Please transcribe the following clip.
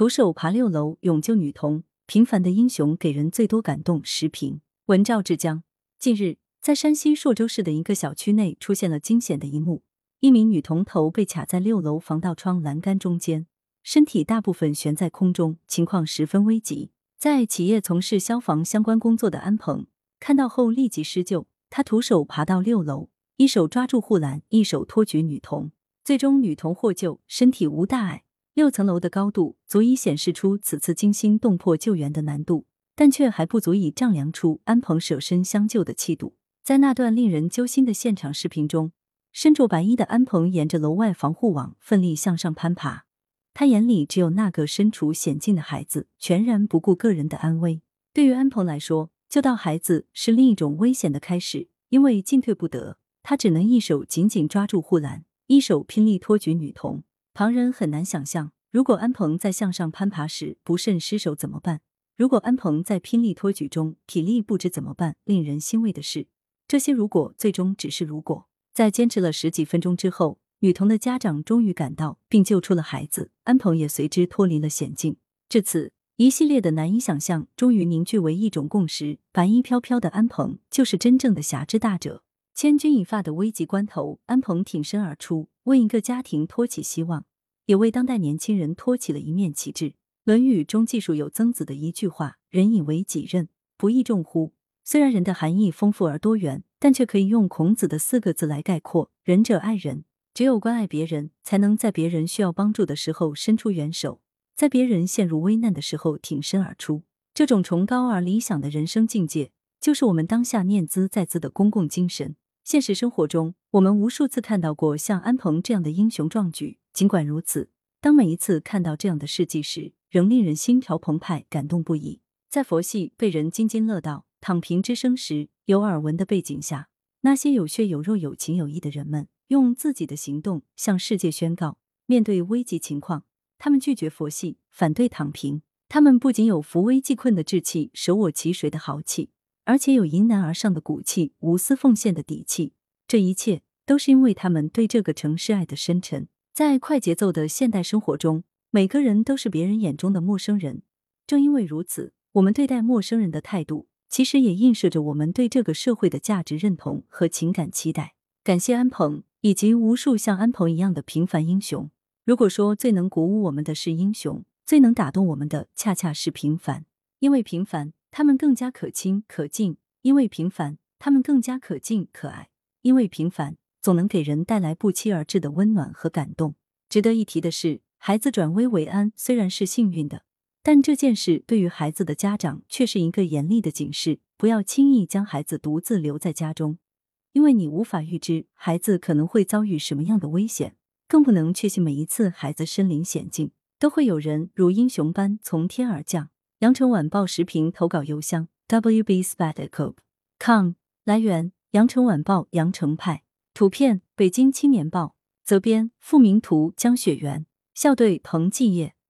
徒手爬6楼勇救女童，平凡的英雄给人最多感动。时评文赵志江。近日，在山西朔州市的一个小区内出现了惊险的一幕，一名女童头被卡在6楼防盗窗栏杆中间，身体大部分悬在空中，情况十分危急。在企业从事消防相关工作的安鹏看到后立即施救，他徒手爬到6楼，一手抓住护栏，一手托举女童，最终女童获救，身体无大碍。6层楼的高度足以显示出此次惊心动魄救援的难度，但却还不足以丈量出安鹏舍身相救的气度。在那段令人揪心的现场视频中，身着白衣的安鹏沿着楼外防护网奋力向上攀爬，他眼里只有那个身处险境的孩子，全然不顾个人的安危。对于安鹏来说，救到孩子是另一种危险的开始，因为进退不得，他只能一手紧紧抓住护栏，一手拼力托举女童。旁人很难想象，如果安鹏在向上攀爬时不慎失手怎么办？如果安鹏在拼力托举中体力不支怎么办？令人欣慰的是，这些如果最终只是如果。在坚持了10几分钟之后，女童的家长终于赶到并救出了孩子，安鹏也随之脱离了险境。至此，一系列的难以想象终于凝聚为一种共识，白衣飘飘的安鹏就是真正的侠之大者。千钧一发的危急关头，安鹏挺身而出，为一个家庭托起希望，也为当代年轻人托起了一面旗帜。《论语》中记述有曾子的一句话：人以为己任，不亦重乎？虽然人的含义丰富而多元，但却可以用孔子的4个字来概括：仁者爱人。只有关爱别人，才能在别人需要帮助的时候伸出援手，在别人陷入危难的时候挺身而出。这种崇高而理想的人生境界，就是我们当下念兹在兹的公共精神。现实生活中，我们无数次看到过像安鹏这样的英雄壮举，尽管如此，当每一次看到这样的事迹时，仍令人心潮澎湃，感动不已。在佛系被人津津乐道、躺平之声时有耳闻的背景下，那些有血有肉有情有义的人们，用自己的行动向世界宣告，面对危急情况，他们拒绝佛系，反对躺平。他们不仅有扶危济困的志气、舍我其谁的豪气，而且有迎难而上的骨气、无私奉献的底气。这一切都是因为他们对这个城市爱的深沉。在快节奏的现代生活中，每个人都是别人眼中的陌生人。正因为如此，我们对待陌生人的态度，其实也映射着我们对这个社会的价值认同和情感期待。感谢安鹏，以及无数像安鹏一样的平凡英雄。如果说最能鼓舞我们的是英雄，最能打动我们的恰恰是平凡。因为平凡，他们更加可亲可敬；因为平凡，他们更加可敬可爱；因为平凡，总能给人带来不期而至的温暖和感动。值得一提的是，孩子转危为安虽然是幸运的，但这件事对于孩子的家长却是一个严厉的警示，不要轻易将孩子独自留在家中，因为你无法预知孩子可能会遭遇什么样的危险，更不能确信每一次孩子身临险境，都会有人如英雄般从天而降。羊城晚报时评投稿邮箱 wbspat@com。 来源：羊城晚报羊城派，图片：北京青年报，责编：付明图，江雪源，校对：彭继业。